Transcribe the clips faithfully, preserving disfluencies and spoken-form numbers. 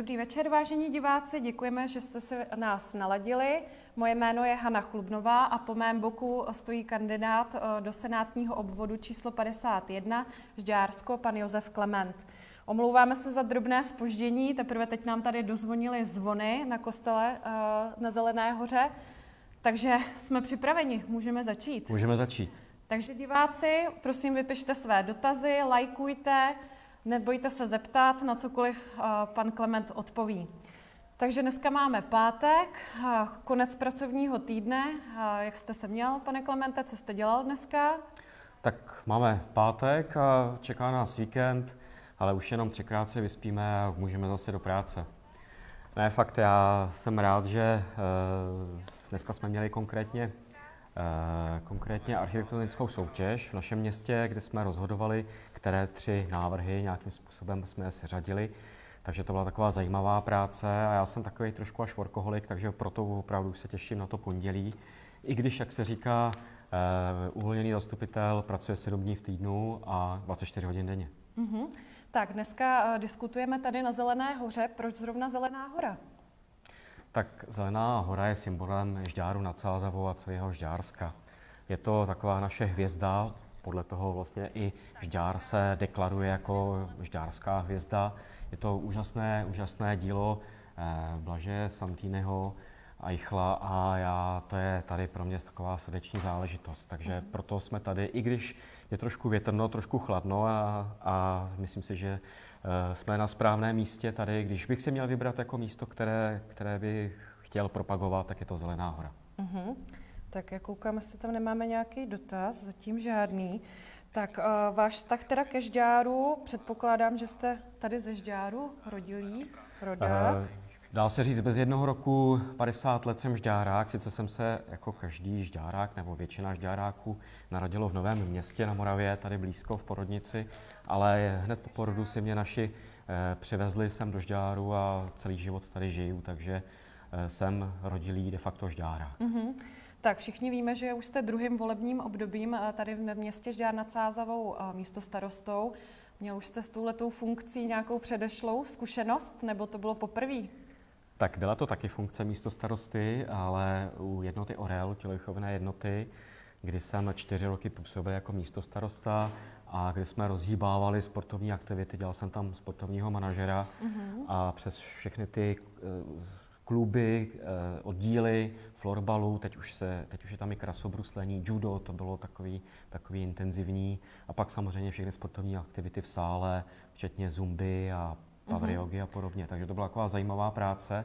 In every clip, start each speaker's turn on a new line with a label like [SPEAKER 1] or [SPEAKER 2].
[SPEAKER 1] Dobrý večer, vážení diváci, děkujeme, že jste se nás naladili. Moje jméno je Hana Chlubnová a po mém boku stojí kandidát do senátního obvodu číslo padesát jedna, Žďársko, pan Josef Klement. Omlouváme se za drobné zpoždění, teprve teď nám tady dozvonily zvony na kostele na Zelené hoře, takže jsme připraveni, můžeme začít.
[SPEAKER 2] Můžeme začít.
[SPEAKER 1] Takže diváci, prosím, vypište své dotazy, lajkujte, nebojte se zeptat, na cokoliv pan Klement odpoví. Takže dneska máme pátek, konec pracovního týdne. Jak jste se měl, pane Klemente, co jste dělal dneska?
[SPEAKER 2] Tak máme pátek a čeká nás víkend, ale už jenom třikrát se vyspíme a můžeme zase do práce. Ne, fakt, já jsem rád, že dneska jsme měli konkrétně konkrétně architektonickou soutěž v našem městě, kde jsme rozhodovali, které tři návrhy nějakým způsobem jsme seřadili. Takže to byla taková zajímavá práce a já jsem takový trošku až workoholik, takže proto opravdu se těším na to pondělí. I když, jak se říká, uvolněný zastupitel pracuje sedm dní v týdnu a dvacet čtyři hodin denně.
[SPEAKER 1] Mm-hmm. Tak dneska diskutujeme tady na Zelené hoře. Proč zrovna Zelená hora?
[SPEAKER 2] Tak Zelená hora je symbolem Žďáru nad Sázavou a celého Žďárska. Je to taková naše hvězda, podle toho vlastně i Žďár se deklaruje jako žďárská hvězda. Je to úžasné, úžasné dílo eh, Blažeje Santiniho Eichla a já, to je tady pro mě taková srdeční záležitost. Takže mm. proto jsme tady, i když je trošku větrno, trošku chladno a, a myslím si, že uh, jsme na správném místě tady. Když bych si měl vybrat jako místo, které, které bych chtěl propagovat, tak je to Zelená hora.
[SPEAKER 1] Mm-hmm. Tak jak koukám, jestli tam nemáme nějaký dotaz, zatím žádný. Tak uh, váš vztah teda ke Žďáru, předpokládám, že jste tady ze Žďáru, rodilý, rodák. Uh,
[SPEAKER 2] Dá se říct, bez jednoho roku, padesát let jsem žďárák, sice jsem se jako každý žďárák nebo většina žďáráků narodilo v Novém Městě na Moravě, tady blízko v porodnici, ale hned po porodu si mě naši eh, přivezli sem do Žďáru a celý život tady žiju, takže eh, jsem rodilý de facto žďárák.
[SPEAKER 1] Mm-hmm. Tak všichni víme, že už jste druhým volebním obdobím tady v městě Žďár nad Sázavou místostarostou. Měl už jste s touhletou funkcí nějakou předešlou zkušenost, nebo to bylo poprvé?
[SPEAKER 2] Tak byla to taky funkce místostarosty, ale u jednoty Orel, tělovýchovné jednoty, kdy jsem čtyři roky působil jako místostarosta a kdy jsme rozhýbávali sportovní aktivity, dělal jsem tam sportovního manažera mm-hmm. a přes všechny ty uh, kluby, uh, oddíly, florbalu, teď už, se, teď už je tam i krasobruslení, judo, to bylo takový, takový intenzivní a pak samozřejmě všechny sportovní aktivity v sále, včetně zumby a power yogy a podobně. Takže to byla taková zajímavá práce,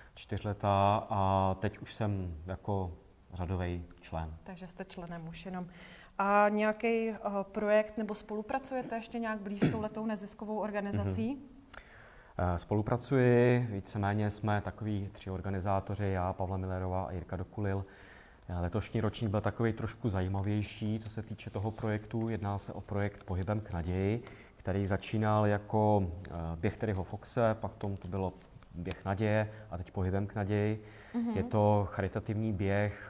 [SPEAKER 2] čtyřletá a teď už jsem jako řadový člen.
[SPEAKER 1] Takže jste členem už jenom. A nějaký uh, projekt nebo spolupracujete ještě nějak blíž s touhletou neziskovou organizací?
[SPEAKER 2] Mm-hmm. Spolupracuji, víceméně jsme takový tři organizátoři, já, Pavla Millerová a Jirka Dokulil. Letošní ročník byl takový trošku zajímavější, co se týče toho projektu. Jedná se o projekt Pohybem k naději, který začínal jako běh Terryho Foxe, pak tomu to bylo běh naděje a teď Pohybem k naději. Mm-hmm. Je to charitativní běh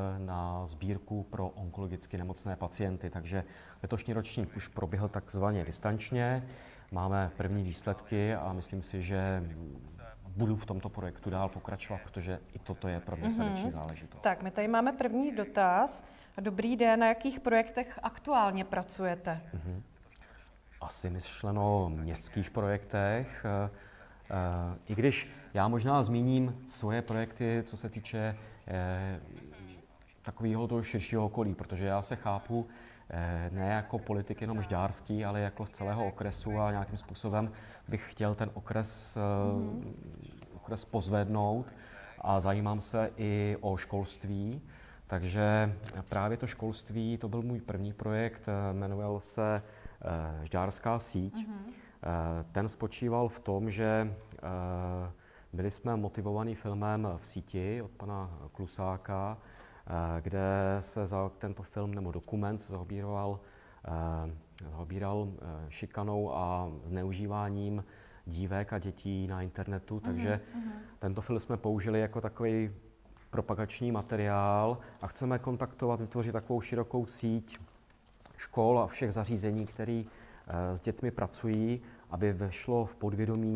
[SPEAKER 2] na sbírku pro onkologicky nemocné pacienty, takže letošní ročník už proběhl takzvaně distančně. Máme první výsledky a myslím si, že budu v tomto projektu dál pokračovat, protože i toto je pro mě mm-hmm. srdeční záležitost.
[SPEAKER 1] Tak, my tady máme první dotaz. Dobrý den, na jakých projektech aktuálně pracujete?
[SPEAKER 2] Mm-hmm. Asi myšleno městských projektech, i když já možná zmíním svoje projekty, co se týče takového toho širšího okolí, protože já se chápu ne jako politik jenom žďárský, ale jako z celého okresu a nějakým způsobem bych chtěl ten okres, mm. okres pozvednout a zajímám se i o školství. Takže právě to školství, to byl můj první projekt, jmenoval se Žďárská síť. Mm-hmm. Ten spočíval v tom, že byli jsme motivovaní filmem V síti od pana Klusáka, kde se za tento film nebo dokument se zaobíral, zaobíral šikanou a zneužíváním dívek a dětí na internetu. Takže mm-hmm. tento film jsme použili jako takový propagační materiál a chceme kontaktovat, vytvořit takovou širokou síť škol a všech zařízení, které s dětmi pracují, aby vešlo v podvědomí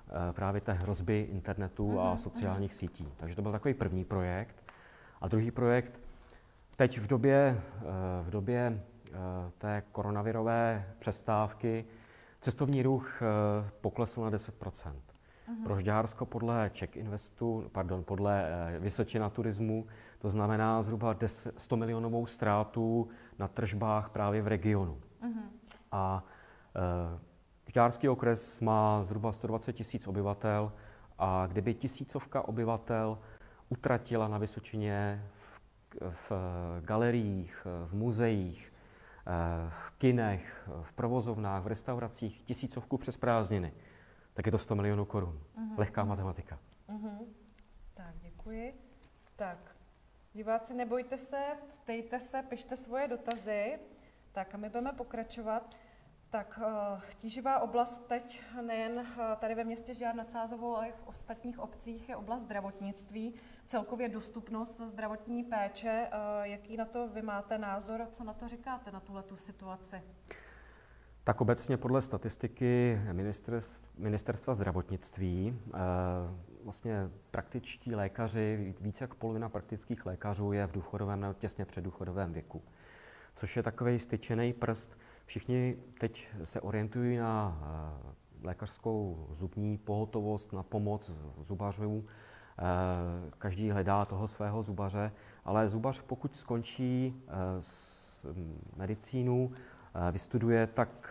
[SPEAKER 2] právě té hrozby internetu mm-hmm. a sociálních mm-hmm. sítí. Takže to byl takový první projekt. A druhý projekt, teď v době, v době té koronavirové přestávky cestovní ruch poklesl na deset procent. Mm-hmm. Pro Žďársko podle Czech Investu, pardon, podle Vysočina turismu, to znamená zhruba sto milionovou ztrátu na tržbách právě v regionu. Mm-hmm. A Žďárský okres má zhruba sto dvacet tisíc obyvatel a kdyby tisícovka obyvatel utratila na Vysočině v, v galeriích, v muzeích, v kinech, v provozovnách, v restauracích tisícovku přes prázdniny, tak je to sto milionů korun. Uh-huh. Lehká matematika.
[SPEAKER 1] Uh-huh. Tak, děkuji. Tak, diváci, nebojte se, ptejte se, pište svoje dotazy. Tak a my budeme pokračovat. Tak tíživá oblast teď nejen tady ve městě Žďár nad Sázavou, ale i v ostatních obcích je oblast zdravotnictví, celkově dostupnost zdravotní péče. Jaký na to vy máte názor a co na to říkáte, na tuhletu situaci?
[SPEAKER 2] Tak obecně podle statistiky ministerstva zdravotnictví vlastně praktičtí lékaři, více jak polovina praktických lékařů je v důchodovém nebo těsně předdůchodovém věku, což je takový styčený prst. Všichni teď se orientují na lékařskou zubní pohotovost, na pomoc zubařů. Každý hledá toho svého zubaře, ale zubař, pokud skončí s medicínu, vystuduje, tak,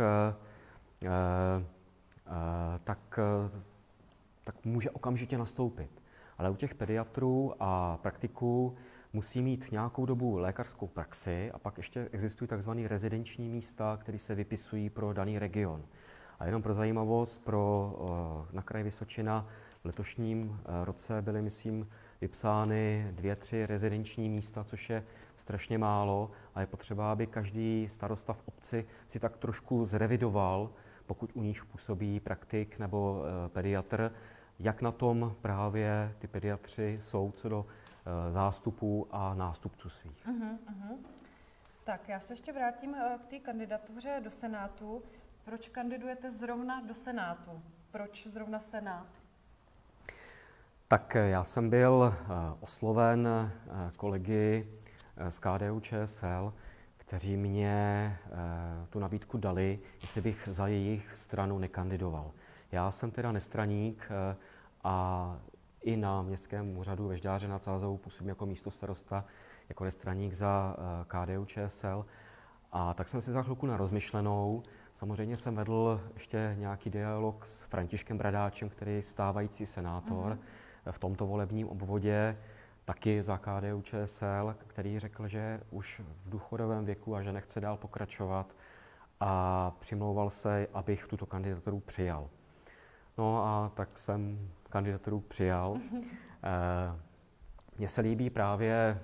[SPEAKER 2] tak, tak může okamžitě nastoupit. Ale u těch pediatrů a praktiků musí mít nějakou dobu lékařskou praxi a pak ještě existují tzv. Rezidenční místa, které se vypisují pro daný region. A jenom pro zajímavost, pro, na kraji Vysočina v letošním roce byly, myslím, vypsány dvě, tři rezidenční místa, což je strašně málo a je potřeba, aby každý starosta v obci si tak trošku zrevidoval, pokud u nich působí praktik nebo pediatr, jak na tom právě ty pediatři jsou co do zástupů a nástupců svých. Uh-huh, uh-huh.
[SPEAKER 1] Tak já se ještě vrátím k té kandidatuře do Senátu. Proč kandidujete zrovna do Senátu? Proč zrovna Senát?
[SPEAKER 2] Tak já jsem byl osloven kolegy z K D U Č S L, kteří mě tu nabídku dali, jestli bych za jejich stranu nekandidoval. Já jsem teda nestraník a i na městském úřadu ve Žďáře nad Sázavou působím jako místostarosta, jako nestraník za K D U Č S L. A tak jsem si za chvilku na rozmyšlenou. Samozřejmě jsem vedl ještě nějaký dialog s Františkem Bradáčem, který je stávající senátor mm-hmm. v tomto volebním obvodě, taky za K D U Č S L, který řekl, že už v důchodovém věku a že nechce dál pokračovat a přimlouval se, abych tuto kandidaturu přijal. No a tak jsem kandidaturu přijal. Mně se líbí právě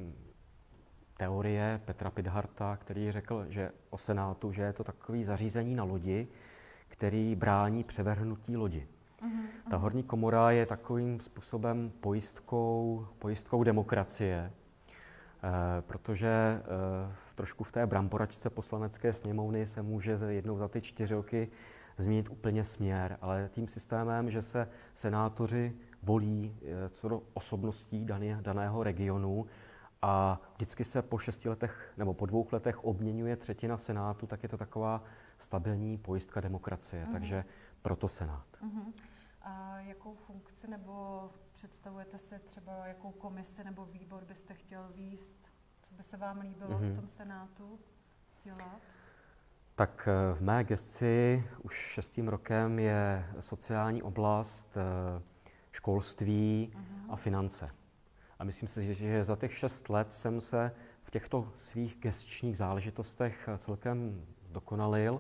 [SPEAKER 2] teorie Petra Pidharta, který řekl, že o Senátu, že je to takový zařízení na lodi, který brání převrhnutí lodi. Uh-huh. Ta horní komora je takovým způsobem pojistkou, pojistkou demokracie, eh, protože eh, trošku v té bramboračce poslanecké sněmovny se může jednou za ty čtyři roky změnit úplně směr, ale tím systémem, že se senátoři volí eh, co do osobností daný, daného regionu a vždycky se po šesti letech nebo po dvou letech obměňuje třetina senátu, tak je to taková stabilní pojistka demokracie, uh-huh. takže proto Senát.
[SPEAKER 1] Uh-huh. A jakou funkci nebo představujete si třeba, jakou komisi nebo výbor byste chtěl vést? Co by se vám líbilo mm-hmm. v tom Senátu dělat?
[SPEAKER 2] Tak v mé gesci už šestým rokem je sociální oblast, školství mm-hmm. a finance. A myslím si, že za těch šest let jsem se v těchto svých gesčních záležitostech celkem dokonalil.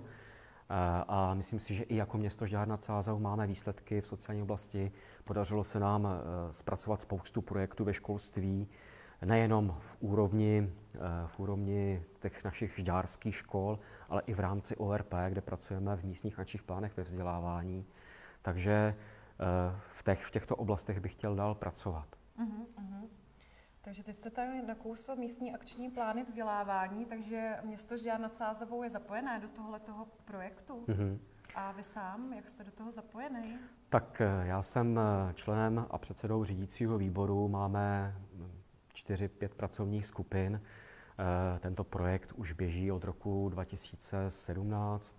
[SPEAKER 2] A myslím si, že i jako město Žďár nad Sázavou máme výsledky v sociální oblasti. Podařilo se nám zpracovat spoustu projektů ve školství, nejenom v úrovni, v úrovni těch našich žďárských škol, ale i v rámci O R P, kde pracujeme v místních akčních plánech ve vzdělávání. Takže v, těch, v těchto oblastech bych chtěl dál pracovat.
[SPEAKER 1] Uh-huh, uh-huh. Takže teď jste tady nakousl místní akční plány vzdělávání, takže město Žďár nad Sázavou je zapojené do tohoto projektu?
[SPEAKER 2] Mm-hmm.
[SPEAKER 1] A vy sám, jak jste do toho zapojený?
[SPEAKER 2] Tak já jsem členem a předsedou řídícího výboru, máme čtyři, pět pracovních skupin. Tento projekt už běží od roku dva tisíce sedmnáct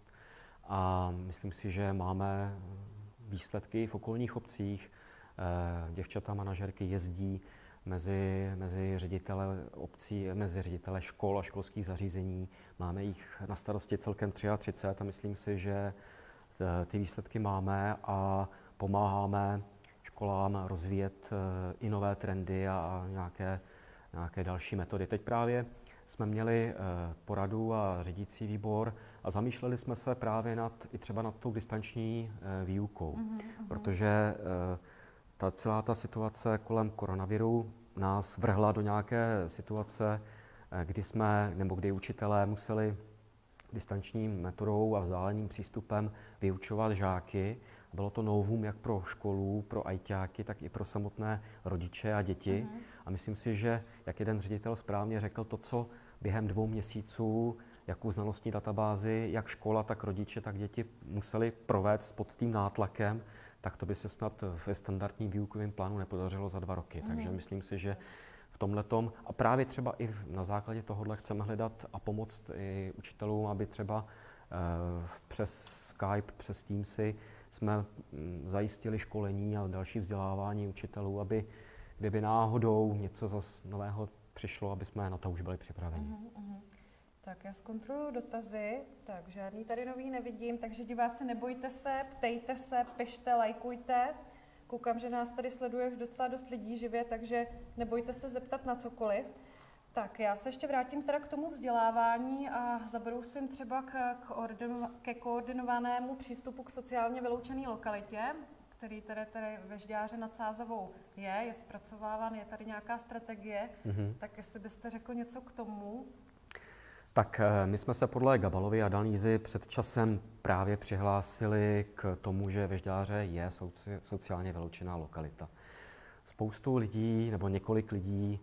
[SPEAKER 2] a myslím si, že máme výsledky v okolních obcích. Děvčata manažerky jezdí mezi, mezi ředitele obcí, mezi ředitele škol a školských zařízení. Máme jich na starosti celkem třicet tři a myslím si, že ty výsledky máme a pomáháme školám rozvíjet i nové trendy a nějaké, nějaké další metody. Teď právě jsme měli poradu a řídící výbor a zamýšleli jsme se právě nad, i třeba nad tou distanční výukou, mm-hmm. protože ta celá ta situace kolem koronaviru nás vrhla do nějaké situace, kdy jsme, nebo kdy učitelé museli distančním metodou a vzdáleným přístupem vyučovat žáky. Bylo to novum jak pro školu, pro ajťáky, tak i pro samotné rodiče a děti. Mm-hmm. A myslím si, že, jak jeden ředitel správně řekl, to, co během dvou měsíců, jakou znalostní databázi, jak škola, tak rodiče, tak děti museli provést pod tím nátlakem, tak to by se snad ve standardním výukovém plánu nepodařilo za dva roky. Mm-hmm. Takže myslím si, že v tomhletom, a právě třeba i na základě tohohle chceme hledat a pomoct i učitelům, aby třeba eh, přes Skype, přes Teamsy jsme hm, zajistili školení a další vzdělávání učitelů, aby kdyby náhodou něco zas nového přišlo, aby jsme na to už byli připraveni.
[SPEAKER 1] Uh-huh, uh-huh. Tak já zkontroluji dotazy, tak žádný tady nový nevidím, takže diváci nebojte se, ptejte se, pište, lajkujte. Koukám, že nás tady sleduje už docela dost lidí živě, takže nebojte se zeptat na cokoliv. Tak já se ještě vrátím teda k tomu vzdělávání a zabrousím třeba k, k ordino, ke koordinovanému přístupu k sociálně vyloučené lokalitě, který tady, tady ve Žďáře nad Sázavou je, je zpracováván, je tady nějaká strategie, mm-hmm. tak jestli byste řekl něco k tomu.
[SPEAKER 2] Tak my jsme se podle Gabalovy analýzy před časem právě přihlásili k tomu, že ve Žďáře je soci, sociálně vyloučená lokalita. Spoustu lidí, nebo několik lidí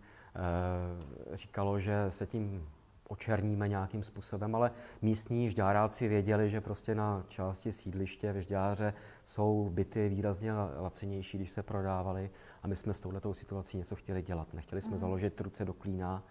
[SPEAKER 2] e, říkalo, že se tím očerníme nějakým způsobem, ale místní žďáráci věděli, že prostě na části sídliště ve Žďáře jsou byty výrazně lacinější, když se prodávaly, a my jsme s touhletou situací něco chtěli dělat. Nechtěli jsme mm. založit ruce do klína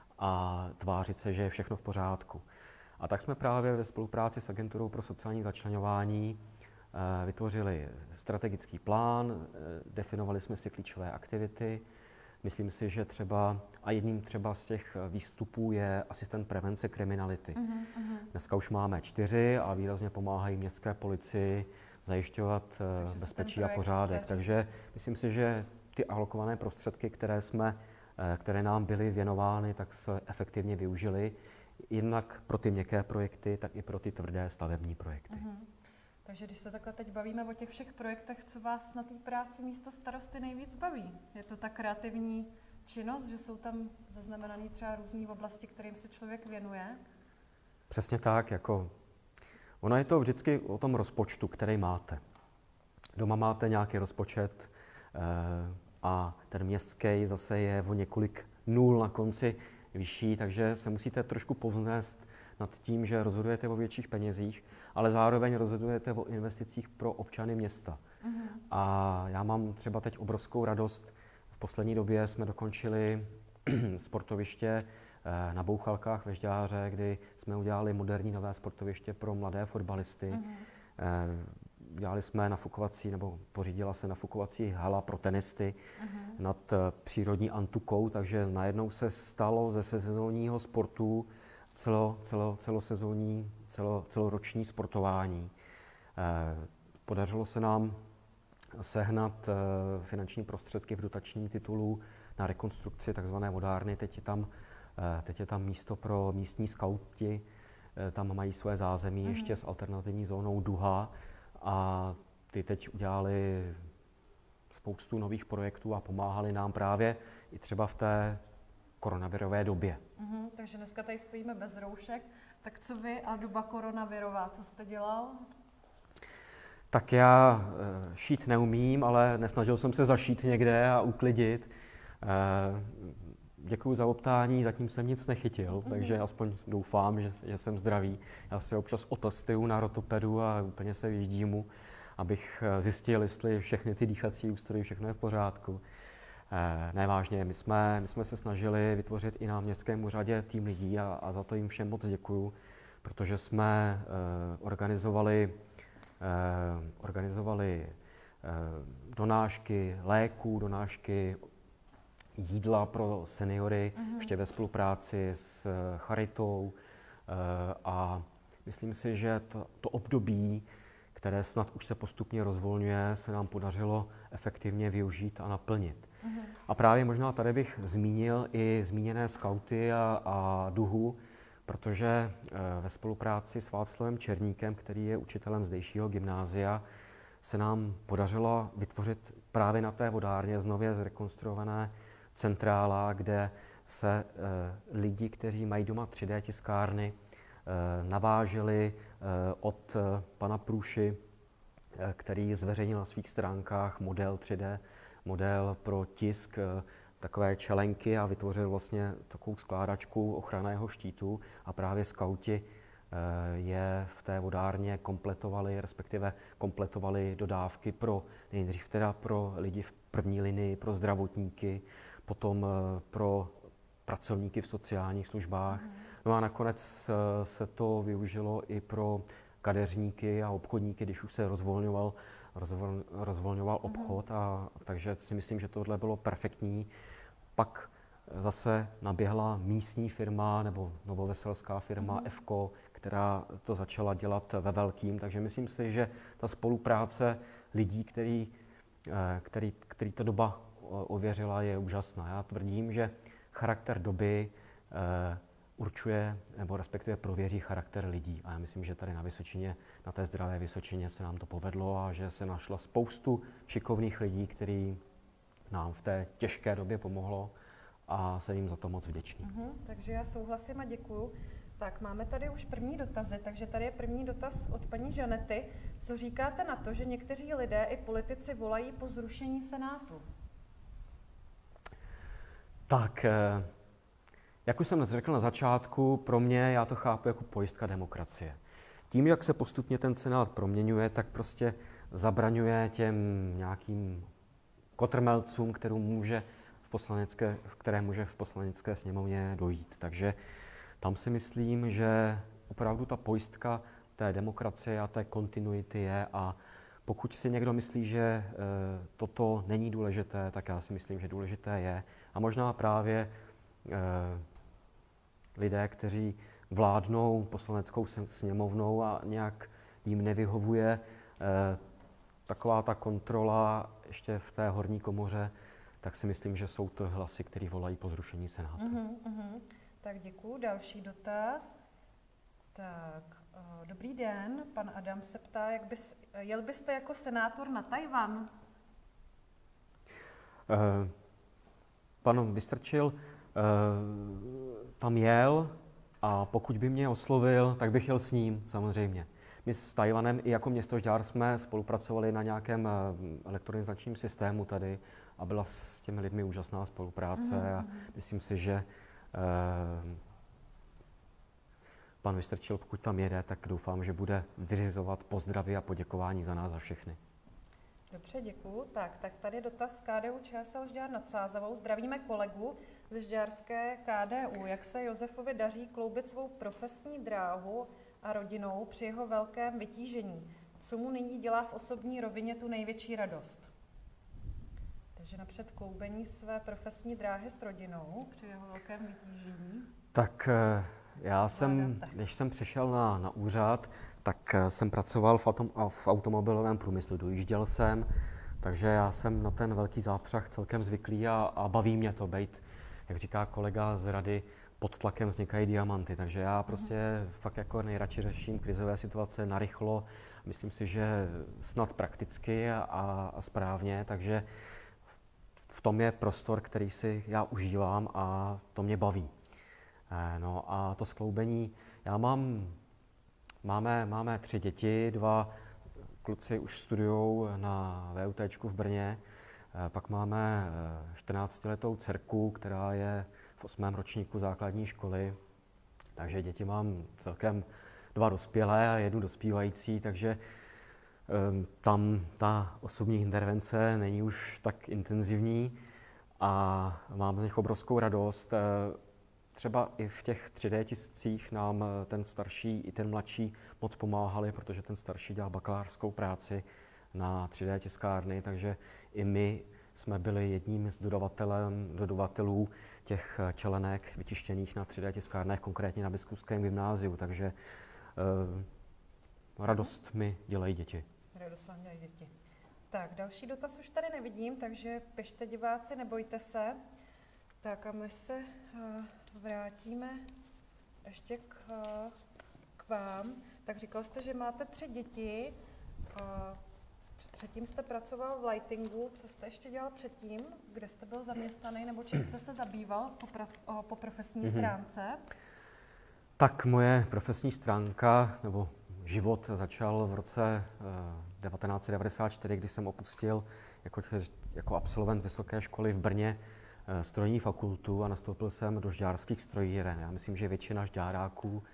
[SPEAKER 2] a tvářit se, že je všechno v pořádku. A tak jsme právě ve spolupráci s Agenturou pro sociální začleňování e, vytvořili strategický plán, e, definovali jsme si klíčové aktivity. Myslím si, že třeba, a jedním třeba z těch výstupů je asistent prevence kriminality. Uh-huh, uh-huh. Dneska už máme čtyři a výrazně pomáhají městské policii zajišťovat Takže bezpečí a pořádek. Staří. Takže myslím si, že ty alokované prostředky, které, jsme, které nám byly věnovány, tak se efektivně využily. Jednak pro ty měkké projekty, tak i pro ty tvrdé stavební projekty. Uh-huh.
[SPEAKER 1] Takže když se takhle teď bavíme o těch všech projektech, co vás na té práci místo starosty nejvíc baví? Je to ta kreativní činnost, že jsou tam zaznamenané třeba různé oblasti, kterým se člověk věnuje?
[SPEAKER 2] Přesně tak, jako ono je to vždycky o tom rozpočtu, který máte. Doma máte nějaký rozpočet eh, a ten městský zase je o několik nul na konci vyšší, takže se musíte trošku povznést nad tím, že rozhodujete o větších penězích, ale zároveň rozhodujete o investicích pro občany města. Uh-huh. A já mám třeba teď obrovskou radost. V poslední době jsme dokončili sportoviště na Bouchalkách ve Žďáře, kdy jsme udělali moderní nové sportoviště pro mladé fotbalisty. Uh-huh. Dělali jsme nafukovací, nebo pořídila se nafukovací hala pro tenisty uh-huh. nad přírodní Antukou, takže najednou se stalo ze sezónního sportu Celo, celo, celosezónní, celo, celoroční sportování. Eh, podařilo se nám sehnat eh, finanční prostředky v dotačním titulu na rekonstrukci tzv. vodárny. Teď je tam, eh, teď je tam místo pro místní skauti, eh, tam mají své zázemí mm-hmm. ještě s alternativní zónou Duha a ty teď udělali spoustu nových projektů a pomáhali nám právě i třeba v té koronavirové době.
[SPEAKER 1] Uhum, takže dneska tady stojíme bez roušek. Tak co vy a doba koronavirová, co jste dělal?
[SPEAKER 2] Tak já e, šít neumím, ale nesnažil jsem se zašít někde a uklidit. E, děkuji za optání, zatím jsem nic nechytil, mm-hmm. takže aspoň doufám, že, že jsem zdravý. Já se občas otestuju na rotopedu a úplně se vyjíždím mu, abych zjistil, jestli všechny ty dýchací ústroje, všechno je v pořádku. Ne, vážně, my jsme, my jsme se snažili vytvořit i na městském úřadě tým lidí a, a za to jim všem moc děkuju, protože jsme eh, organizovali, eh, organizovali eh, donášky léků, donášky jídla pro seniory, mm-hmm. ještě ve spolupráci s Charitou eh, a myslím si, že to, to období, které snad už se postupně rozvolňuje, se nám podařilo efektivně využít a naplnit. Mm-hmm. A právě možná tady bych zmínil i zmíněné skauty a, a duhu, protože e, ve spolupráci s Václavem Černíkem, který je učitelem zdejšího gymnázia, se nám podařilo vytvořit právě na té vodárně znově zrekonstruované centrála, kde se e, lidi, kteří mají doma tři dé tiskárny, e, naváželi e, od e, pana Průši, e, který zveřejnil na svých stránkách model tři dé, model pro tisk takové čelenky a vytvořil vlastně takovou skládačku ochranného štítu a právě skauti je v té vodárně kompletovali, respektive kompletovali dodávky pro nejdřív teda pro lidi v první linii, pro zdravotníky, potom pro pracovníky v sociálních službách. No a nakonec se to využilo i pro kadeřníky a obchodníky, když už se rozvolňoval Rozvol, rozvolňoval obchod, a takže si myslím, že tohle bylo perfektní. Pak zase naběhla místní firma nebo novoveselská firma mm. Evko, která to začala dělat ve velkým, takže myslím si, že ta spolupráce lidí, který, který, který ta doba ověřila, je úžasná. Já tvrdím, že charakter doby určuje, nebo respektive prověří charakter lidí. A já myslím, že tady na Vysočině, na té zdravé Vysočině se nám to povedlo a že se našla spoustu šikovných lidí, který nám v té těžké době pomohlo a jsem jim za to moc vděčný.
[SPEAKER 1] Uh-huh, takže já souhlasím a děkuju. Tak máme tady už první dotazy, takže tady je první dotaz od paní Žanety. Co říkáte na to, že někteří lidé i politici volají po zrušení Senátu?
[SPEAKER 2] Tak... Jak už jsem řekl na začátku, pro mě já to chápu jako pojistka demokracie. Tím, jak se postupně ten Senát proměňuje, tak prostě zabraňuje těm nějakým kotrmelcům, kterou může v poslanecké, které může v poslanecké sněmovně dojít. Takže tam si myslím, že opravdu ta pojistka té demokracie a té kontinuity je, a pokud si někdo myslí, že e, toto není důležité, tak já si myslím, že důležité je. A možná právě e, lidé, kteří vládnou poslaneckou sněmovnou a nějak jim nevyhovuje eh, taková ta kontrola ještě v té horní komoře, tak si myslím, že jsou to hlasy, které volají po zrušení Senátu.
[SPEAKER 1] Uh-huh, uh-huh. Tak děkuju. Další dotaz. Tak, uh, dobrý den. Pan Adam se ptá, jak bys, jel byste jako senátor na Tajvan?
[SPEAKER 2] Uh, pan Vystrčil tam jel a pokud by mě oslovil, tak bych jel s ním, samozřejmě. My s Tajvanem i jako město Žďár jsme spolupracovali na nějakém elektronizačním systému tady a byla s těmi lidmi úžasná spolupráce mm-hmm. a myslím si, že eh, pan Vystrčil, pokud tam jede, tak doufám, že bude vyřizovat pozdravy a poděkování za nás za všechny.
[SPEAKER 1] Dobře, děkuju. Tak, tak tady dotaz z K D U Č S L Žďár nad Sázavou. Zdravíme kolegu ze žďárské K D U. Jak se Josefovi daří kloubit svou profesní dráhu a rodinou při jeho velkém vytížení? Co mu nyní dělá v osobní rovině tu největší radost? Takže napřed kloubení své profesní dráhy s rodinou při jeho velkém vytížení.
[SPEAKER 2] Tak já jsem, když jsem přišel na, na úřad, tak jsem pracoval v, autom, v automobilovém průmyslu, dojížděl jsem, takže já jsem na ten velký zápřah celkem zvyklý a, a baví mě to být, jak říká kolega z rady, pod tlakem vznikají diamanty, takže já prostě mm. fakt jako nejradši řeším krizové situace narychlo, myslím si, že snad prakticky a, a správně, takže v tom je prostor, který si já užívám a to mě baví. No a to skloubení, já mám, máme, máme tři děti, dva kluci už studujou na VUTčku v Brně, pak máme čtrnáctiletou dcerku, která je v osmém ročníku základní školy, takže děti mám celkem dva dospělé a jednu dospívající, takže tam ta osobní intervence není už tak intenzivní a mám z nich obrovskou radost. Třeba i v těch tři dé tiscích nám ten starší i ten mladší moc pomáhali, protože ten starší dělal bakalářskou práci na tři dé tiskárny, takže i my jsme byli jedním z dodavatelů těch čelenek vytištěných na tři dé tiskárnách, konkrétně na Biskupském gymnáziu, takže eh, radost mi dělají děti.
[SPEAKER 1] Radost vám dělají děti. Tak, další dotaz už tady nevidím, takže pište diváci, nebojte se. Tak a my se uh, vrátíme ještě k, uh, k vám. Tak říkal jste, že máte tři děti. Uh, předtím jste pracoval v lightingu. Co jste ještě dělal předtím? Kde jste byl zaměstnaný nebo čím jste se zabýval po, pra, uh, po profesní mm-hmm. stránce?
[SPEAKER 2] Tak moje profesní stránka nebo život začal v roce devatenáct set devadesát čtyři, kdy jsem opustil jako, jako absolvent vysoké školy v Brně strojní fakultu a nastoupil jsem do žďárských strojíren. Já myslím, že většina žďáráků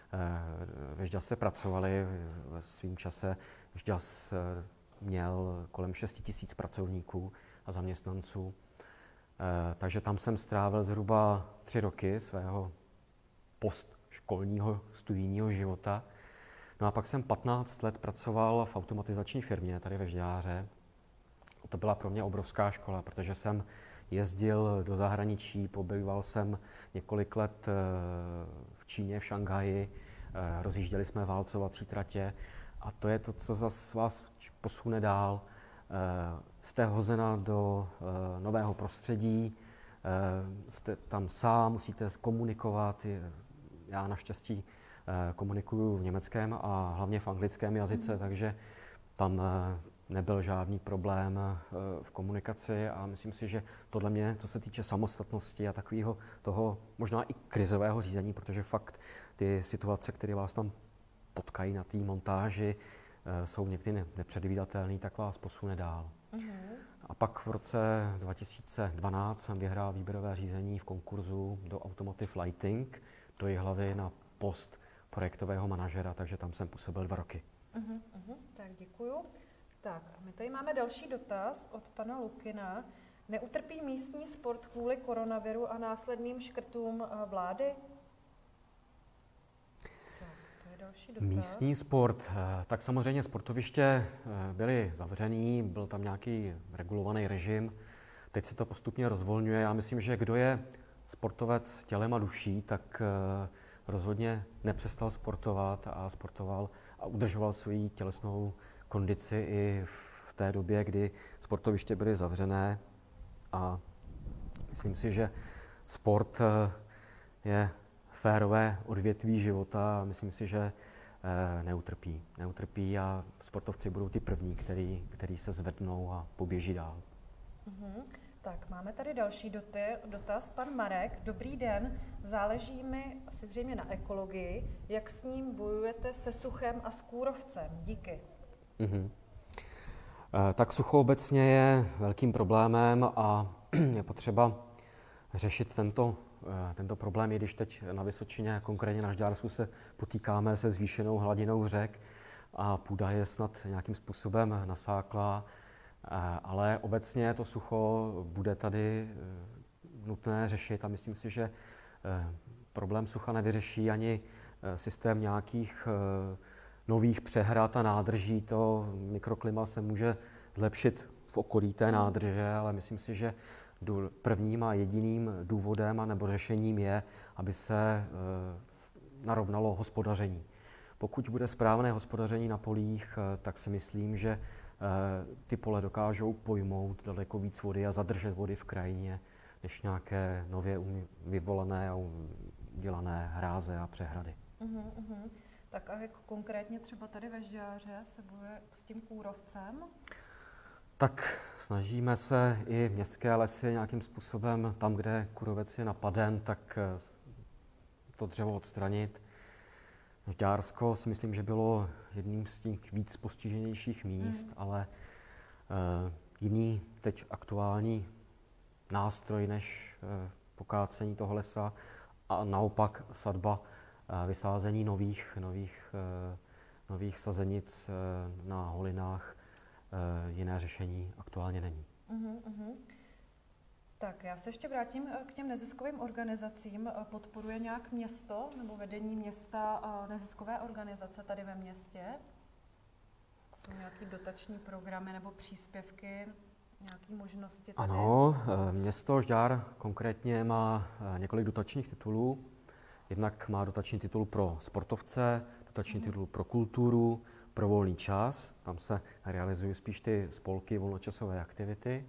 [SPEAKER 2] ve Žďase pracovali ve svým čase. Žďas měl kolem šest tisíc pracovníků a zaměstnanců. Takže tam jsem strávil zhruba tři roky svého postškolního studijního života. No a pak jsem patnáct let pracoval v automatizační firmě tady ve Žďáře. To byla pro mě obrovská škola, protože jsem jezdil do zahraničí, pobýval jsem několik let v Číně, v Šanghaji, rozjížděli jsme válcovací tratě a to je to, co zase vás posune dál. Jste hozena do nového prostředí, jste tam sám, musíte komunikovat. Já naštěstí komunikuju v německém a hlavně v anglickém jazyce, mm. takže tam nebyl žádný problém v komunikaci a myslím si, že tohle mě, co se týče samostatnosti a takového toho možná i krizového řízení, protože fakt ty situace, které vás tam potkají na té montáži, jsou někdy nepředvídatelné, tak vás posune dál. Mm. A pak v roce dva tisíce dvanáct jsem vyhrál výběrové řízení v konkurzu do Automotive Lighting do Jihlavy na post projektového manažera, takže tam jsem působil dva roky.
[SPEAKER 1] Uh-huh, uh-huh, tak děkuju. Tak a my tady máme další dotaz od pana Lukina. Neutrpí místní sport kvůli koronaviru a následným škrtům vlády? Tak, to je další dotaz.
[SPEAKER 2] Místní sport, tak samozřejmě sportoviště byly zavřený, byl tam nějaký regulovaný režim, teď se to postupně rozvolňuje. Já myslím, že kdo je sportovec tělem a duší, tak rozhodně nepřestal sportovat a sportoval a udržoval svou tělesnou kondici i v té době, kdy sportoviště byly zavřené. A myslím si, že sport je férové odvětví života a myslím si, že neutrpí. Neutrpí a sportovci budou ty první, který, který se zvednou a poběží dál.
[SPEAKER 1] Mm-hmm. Tak, máme tady další doty, dotaz. Pan Marek, dobrý den. Záleží mi asi zřejmě na ekologii. Jak s ním bojujete se suchem a s kůrovcem? Díky.
[SPEAKER 2] Mm-hmm. E, tak sucho obecně je velkým problémem a je potřeba řešit tento, e, tento problém, i když teď na Vysočině, konkrétně na Žďársku, se potýkáme se zvýšenou hladinou řek a půda je snad nějakým způsobem nasáklá. Ale obecně to sucho bude tady nutné řešit a myslím si, že problém sucha nevyřeší ani systém nějakých nových přehrad a nádrží. To mikroklima se může zlepšit v okolí té nádrže, ale myslím si, že prvním a jediným důvodem a nebo řešením je, aby se narovnalo hospodaření. Pokud bude správné hospodaření na polích, tak si myslím, že ty pole dokážou pojmout daleko víc vody a zadržet vody v krajině, než nějaké nově vyvolané a udělané hráze a přehrady.
[SPEAKER 1] Uh-huh, uh-huh. Tak a jak konkrétně třeba tady ve Žďáře se bojuje s tím kůrovcem?
[SPEAKER 2] Tak snažíme se i městské lesy nějakým způsobem, tam, kde kůrovec je napaden, tak to dřevo odstranit. Žďársko si myslím, že bylo jedním z těch víc postiženějších míst, mm. ale uh, jiný teď aktuální nástroj než uh, pokácení toho lesa a naopak sadba, vysázení nových, nových, nových sazenic na holinách, jiné řešení aktuálně není.
[SPEAKER 1] Uh-huh, uh-huh. Tak, já se ještě vrátím k těm neziskovým organizacím. Podporuje nějak město nebo vedení města neziskové organizace tady ve městě? Jsou nějaké dotační programy nebo příspěvky, nějaké možnosti tady?
[SPEAKER 2] Ano, město Žďár konkrétně má několik dotačních titulů. Jednak má dotační titul pro sportovce, dotační mm. titul pro kulturu, pro volný čas. Tam se realizují spíš ty spolky, volnočasové aktivity.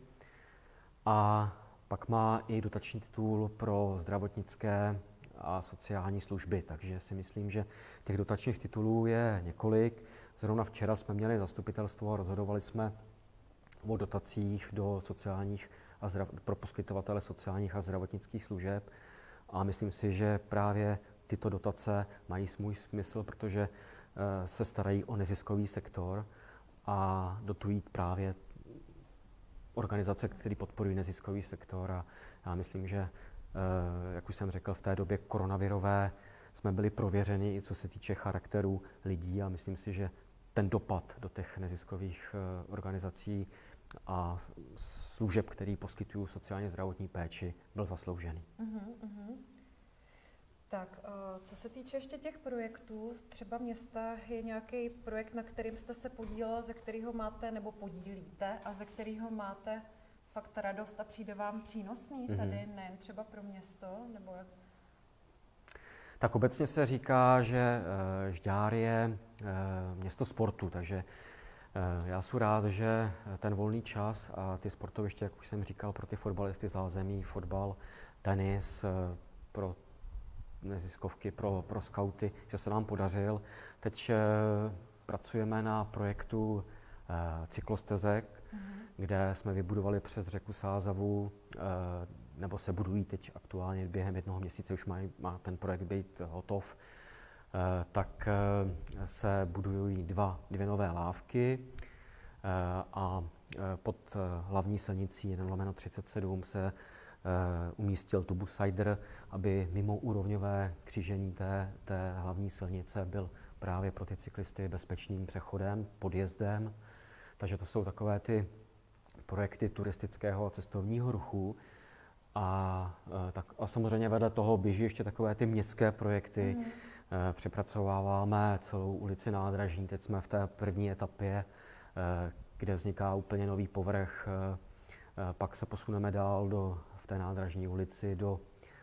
[SPEAKER 2] A pak má i dotační titul pro zdravotnické a sociální služby. Takže si myslím, že těch dotačních titulů je několik. Zrovna včera jsme měli zastupitelstvo a rozhodovali jsme o dotacích do sociálních a zdrav- pro poskytovatele sociálních a zdravotnických služeb. A myslím si, že právě tyto dotace mají svůj smysl, protože e, se starají o neziskový sektor a dotují právě organizace, které podporují neziskový sektor. A já myslím, že, e, jak už jsem řekl, v té době koronavirové jsme byli prověřeni i co se týče charakteru lidí a myslím si, že ten dopad do těch neziskových e, organizací a služeb, který poskytují sociálně zdravotní péči, byl zasloužený.
[SPEAKER 1] Uh-huh, uh-huh. Tak, co se týče ještě těch projektů, třeba města, je nějaký projekt, na kterým jste se podílel, ze kterého máte, nebo podílíte, a ze kterého máte fakt radost a přijde vám přínosný tady, mm-hmm. nejen třeba pro město, nebo jak?
[SPEAKER 2] Tak obecně se říká, že Žďár je město sportu, takže já jsem rád, že ten volný čas a ty sportoviště, jak už jsem říkal, pro ty fotbalisty zázemí, fotbal, tenis, pro neziskovky, pro, pro skauty, že se nám podařil. Teď eh, pracujeme na projektu eh, cyklostezek, mm-hmm. kde jsme vybudovali přes řeku Sázavu, eh, nebo se budují teď aktuálně během jednoho měsíce, už má, má ten projekt být hotov, eh, tak eh, se budují dva, dvě nové lávky eh, a eh, pod hlavní silnicí jeden lomeno třicet sedm se umístil tubusider, aby mimo úrovňové křížení té, té hlavní silnice byl právě pro ty cyklisty bezpečným přechodem, podjezdem. Takže to jsou takové ty projekty turistického a cestovního ruchu. A, tak, a samozřejmě vedle toho běží ještě takové ty městské projekty. Mm. Přepracováváme celou ulici Nádraží. Teď jsme v té první etapě, kde vzniká úplně nový povrch. Pak se posuneme dál do v té Nádražní ulici do,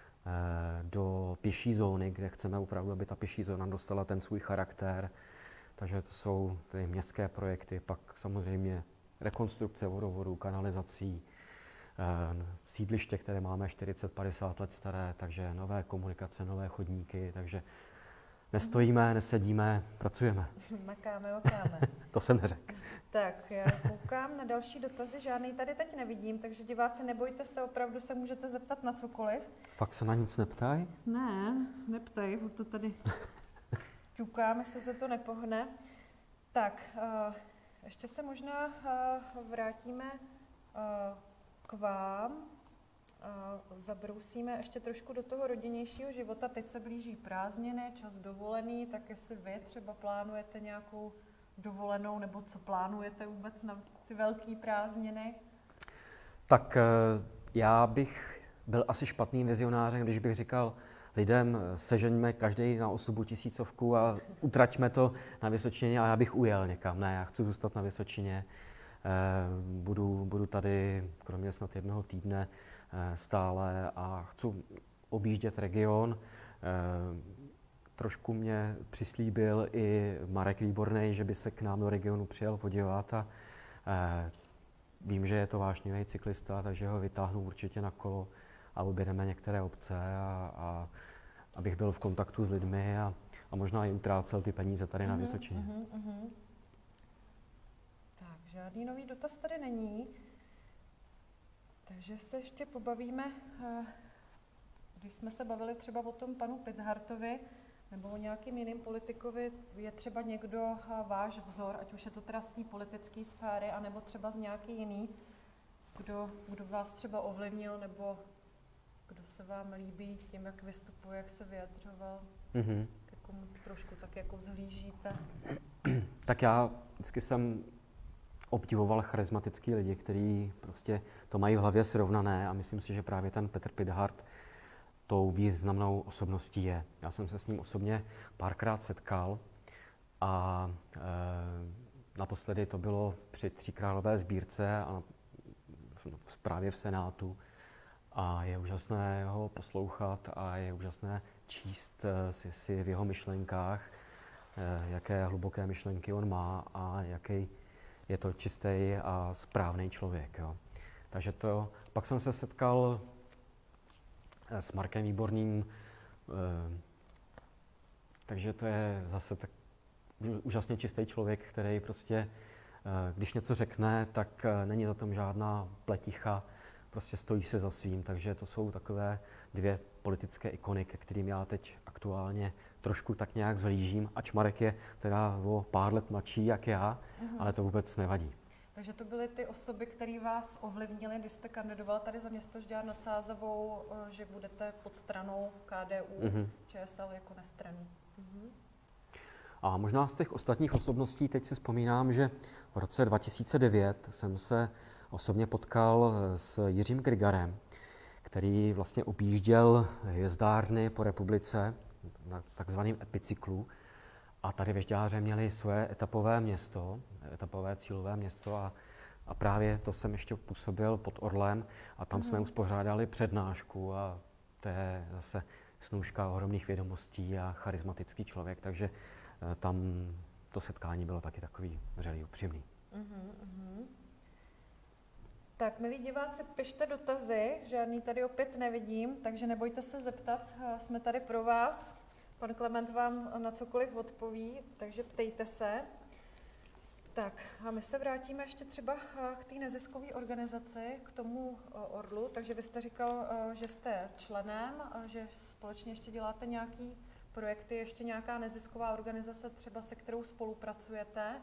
[SPEAKER 2] do pěší zóny, kde chceme opravdu, aby ta pěší zóna dostala ten svůj charakter. Takže to jsou ty městské projekty, pak samozřejmě rekonstrukce vodovodů, kanalizací, sídliště, které máme čtyřicet padesát let staré, takže nové komunikace, nové chodníky, takže nestojíme, nesedíme, pracujeme.
[SPEAKER 1] Makáme, makáme.
[SPEAKER 2] To jsem neřekl.
[SPEAKER 1] Tak, já koukám na další dotazy, žádný tady teď nevidím, takže diváci, nebojte se, opravdu se můžete zeptat na cokoliv.
[SPEAKER 2] Fakt se na nic neptají?
[SPEAKER 1] Ne, neptají, to tady ťukám, jestli se to nepohne. Tak, uh, ještě se možná uh, vrátíme uh, k vám. Uh, zabrousíme ještě trošku do toho rodinnějšího života. Teď se blíží prázdniny, čas dovolený, tak jestli vy třeba plánujete nějakou dovolenou, nebo co plánujete vůbec na ty velké prázdniny?
[SPEAKER 2] Tak já bych byl asi špatným vizionářem, když bych říkal lidem, sežeňme každý na osobu tisícovku a utraťme to na Vysočině a já bych ujel někam. Ne, já chci zůstat na Vysočině. Budu, budu tady kromě snad jednoho týdne stále a chci objíždět region. Trošku mě přislíbil i Marek Výborný, že by se k nám do regionu přijel podívat a vím, že je to vášnivý cyklista, takže ho vytáhnu určitě na kolo a objedeme některé obce, a, a abych byl v kontaktu s lidmi a, a možná i utrácel ty peníze tady uh-huh, na Vysočině. Uh-huh, uh-huh.
[SPEAKER 1] Tak, žádný nový dotaz tady není, takže se ještě pobavíme, když jsme se bavili třeba o tom panu Pithardtovi, nebo o nějakým jiným politikovi, je třeba někdo váš vzor, ať už je to teda z té politické sféry, anebo třeba z nějaký jiný, kdo, kdo vás třeba ovlivnil, nebo Kdo se vám líbí tím, jak vystupuje, jak se vyjadřoval?
[SPEAKER 2] Mm-hmm.
[SPEAKER 1] K komu trošku tak jako vzhlížíte?
[SPEAKER 2] Tak já vždycky jsem obdivoval charismatický lidi, kteří prostě to mají v hlavě srovnané a myslím si, že právě ten Petr Pithart tou významnou osobností je. Já jsem se s ním osobně párkrát setkal a e, naposledy to bylo při Tříkrálové sbírce a právě v Senátu. A je úžasné ho poslouchat a je úžasné číst si, si v jeho myšlenkách, e, jaké hluboké myšlenky on má a jaký je to čistý a správný člověk. Jo. Takže to, pak jsem se setkal s Markem Výborným, e, takže to je zase tak úžasně čistý člověk, který prostě, e, když něco řekne, tak e, není za tom žádná pleticha, prostě stojí se za svým, takže to jsou takové dvě politické ikony, ke kterým já teď aktuálně trošku tak nějak zhlížím, ač Marek je teda o pár let mladší jak já, mm-hmm. ale to vůbec nevadí.
[SPEAKER 1] Takže to byly ty osoby, které vás ovlivnily, když jste kandidoval tady za město Žďár nad Sázavou, že budete pod stranou K D U, mm-hmm. ČSL jako nestranný. Mm-hmm.
[SPEAKER 2] A možná z těch ostatních osobností teď si vzpomínám, že v roce dva tisíce devět jsem se osobně potkal s Jiřím Grigarem, který vlastně objížděl hvězdárny po republice na takzvaném epicyklu. A tady ve Žďáře měli své etapové město, etapové cílové město a, a právě to jsem ještě působil pod Orlem a tam mm. jsme uspořádali přednášku a to je zase snůška ohromných vědomostí a charismatický člověk, takže tam to setkání bylo taky takový vřelý, upřímný.
[SPEAKER 1] Mm-hmm, mm-hmm. Tak, milí diváci, pište dotazy, žádný tady opět nevidím, takže nebojte se zeptat, jsme tady pro vás. Pan Klement vám na cokoliv odpoví, takže ptejte se. Tak a my se vrátíme ještě třeba k té neziskové organizaci, k tomu Orlu. Takže vy jste říkal, že jste členem, že společně ještě děláte nějaký projekty, ještě nějaká nezisková organizace, třeba se kterou spolupracujete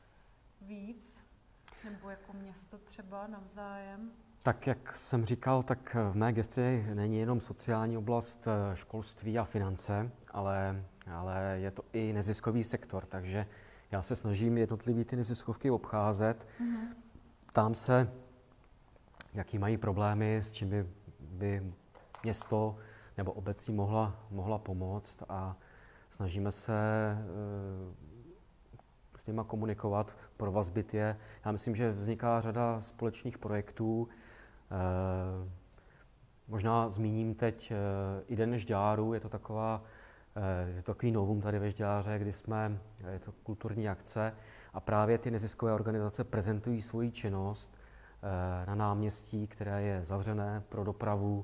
[SPEAKER 1] víc, nebo jako město třeba navzájem?
[SPEAKER 2] Tak, jak jsem říkal, tak v mé gesci není jenom sociální oblast, školství a finance, ale, ale je to i neziskový sektor, takže já se snažím jednotlivý ty neziskovky obcházet. Mm-hmm. Ptám se, jaký mají problémy, s čím by, by město nebo obec mohla, mohla pomoct a snažíme se e, s nima komunikovat, provazbit je. Já myslím, že vzniká řada společných projektů. E, možná zmíním teď e, i Den Žďáru, je to taková je to takový novum tady ve Žďáře, kdy jsme, je to kulturní akce a právě ty neziskové organizace prezentují svoji činnost na náměstí, které je zavřené pro dopravu.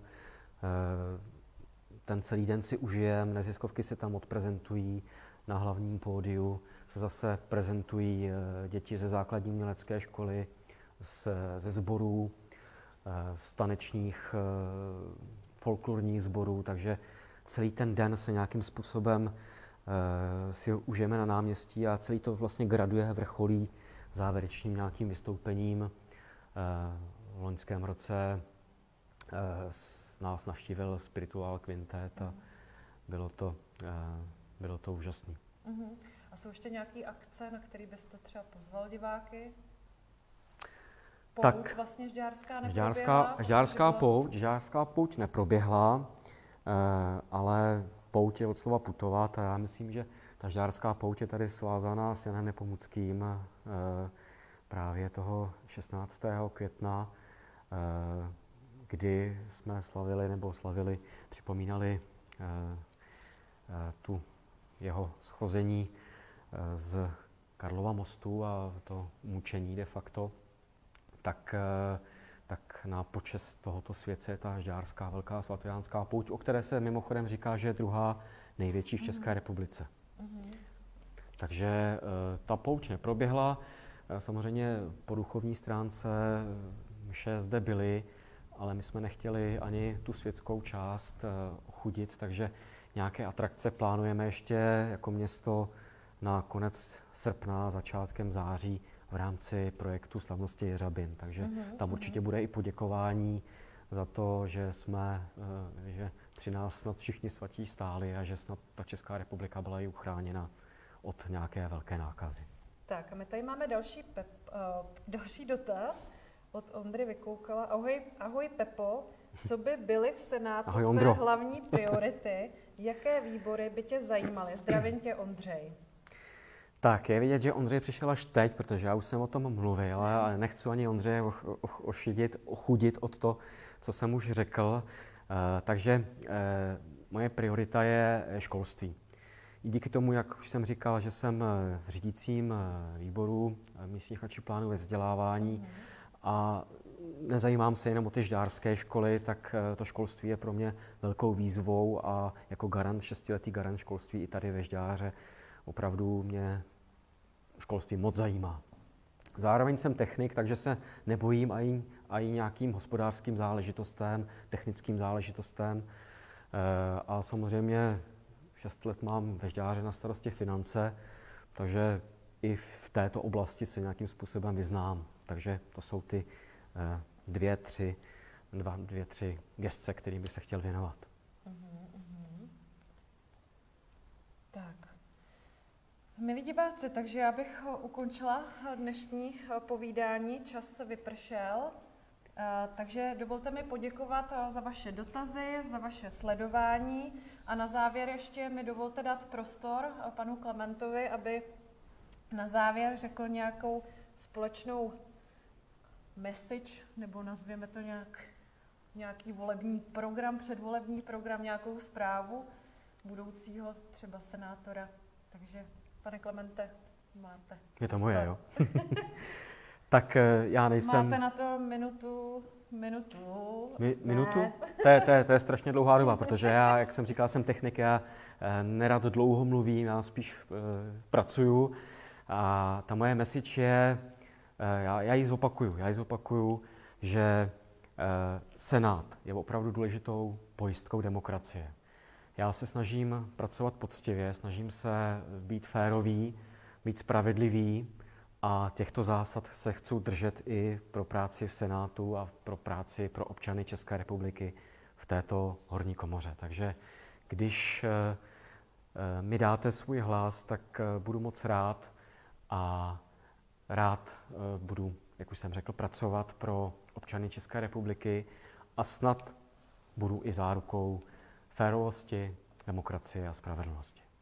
[SPEAKER 2] Ten celý den si užijeme, neziskovky se tam odprezentují, na hlavním pódiu se zase prezentují děti ze základní umělecké školy, ze sborů, z tanečních folklorních sborů, takže celý ten den se nějakým způsobem uh, si užijeme na náměstí a celý to vlastně graduje, vrcholí závěrečným nějakým vystoupením. Uh, v loňském roce uh, nás navštívil Spiritual Quintet a bylo to, uh, bylo to úžasné.
[SPEAKER 1] Uh-huh. A jsou ještě nějaké akce, na které byste třeba pozval diváky? Pouť
[SPEAKER 2] tak,
[SPEAKER 1] vlastně žďárská neproběhla?
[SPEAKER 2] Žďárská, žďárská pouť, žďárská pouť neproběhla. Uh, ale pouť je od slova putovat a já myslím, že ta žďárská pouť je tady svázaná s Janem Nepomuckým uh, právě toho šestnáctého května, uh, kdy jsme slavili nebo slavili, připomínali uh, uh, tu jeho schození uh, z Karlova mostu a to mučení de facto, tak uh, tak na počest tohoto světce je ta žďárská velká svatojánská pouť, o které se mimochodem říká, že je druhá největší v České mm. republice. Mm. Takže ta pouť neproběhla. Samozřejmě po duchovní stránce mše zde byly, ale my jsme nechtěli ani tu světskou část ochudit, takže nějaké atrakce plánujeme ještě jako město na konec srpna, začátkem září v rámci projektu Slavnosti Jeřabin. Takže mm-hmm, tam určitě bude i poděkování za to, že jsme, že při nás snad všichni svatí stáli a že snad ta Česká republika byla i uchráněna od nějaké velké nákazy.
[SPEAKER 1] Tak a my tady máme další, pep, uh, další dotaz od Ondry Vykoukala. Ahoj, ahoj Pepo, co by byly v Senátu
[SPEAKER 2] ahoj,
[SPEAKER 1] tvé
[SPEAKER 2] Ondro.
[SPEAKER 1] hlavní priority? Jaké výbory by tě zajímaly? Zdravím tě, Ondřej.
[SPEAKER 2] Tak, je vidět, že Ondřej přišel až teď, protože já už jsem o tom mluvil, ale nechci ani Ondřeje ošidit, ochudit od to, co jsem už řekl. Takže moje priorita je školství. I díky tomu, jak už jsem říkal, že jsem v řídícím výboru místních akčních plánů ve vzdělávání mm. a nezajímám se jenom o ty žďárské školy, tak to školství je pro mě velkou výzvou a jako garant, šestiletý garant školství i tady ve Žďáře opravdu mě školství moc zajímá. Zároveň jsem technik, takže se nebojím i, i nějakým hospodářským záležitostem, technickým záležitostem. A samozřejmě šest let mám ve Žďáře na starosti finance, takže i v této oblasti se nějakým způsobem vyznám. Takže to jsou ty dvě, tři, dva, dvě, tři gesce, kterým bych se chtěl věnovat.
[SPEAKER 1] Uhum, uhum. Tak. Milí diváci, takže já bych ukončila dnešní povídání, čas vypršel, takže dovolte mi poděkovat za vaše dotazy, za vaše sledování a na závěr ještě mi dovolte dát prostor panu Klementovi, aby na závěr řekl nějakou společnou message, nebo nazvěme to nějak, nějaký volební program, předvolební program, nějakou zprávu budoucího třeba senátora. Takže, pane Klemente, máte.
[SPEAKER 2] Je to moje, jo? Tak já nejsem...
[SPEAKER 1] Máte na to minutu, minutu.
[SPEAKER 2] Mi, minutu? To je, to, je, to je strašně dlouhá doba, protože já, jak jsem říkal, jsem technik, já nerad dlouho mluvím, já spíš uh, pracuju. A ta moje message je, uh, já, já ji zopakuju, já ji zopakuju, že uh, Senát je opravdu důležitou pojistkou demokracie. Já se snažím pracovat poctivě, snažím se být férový, být spravedlivý a těchto zásad se chci držet i pro práci v Senátu a pro práci pro občany České republiky v této horní komoře. Takže když mi dáte svůj hlas, tak budu moc rád a rád budu, jak už jsem řekl, pracovat pro občany České republiky a snad budu i zárukou férovosti, demokracie a spravedlnosti.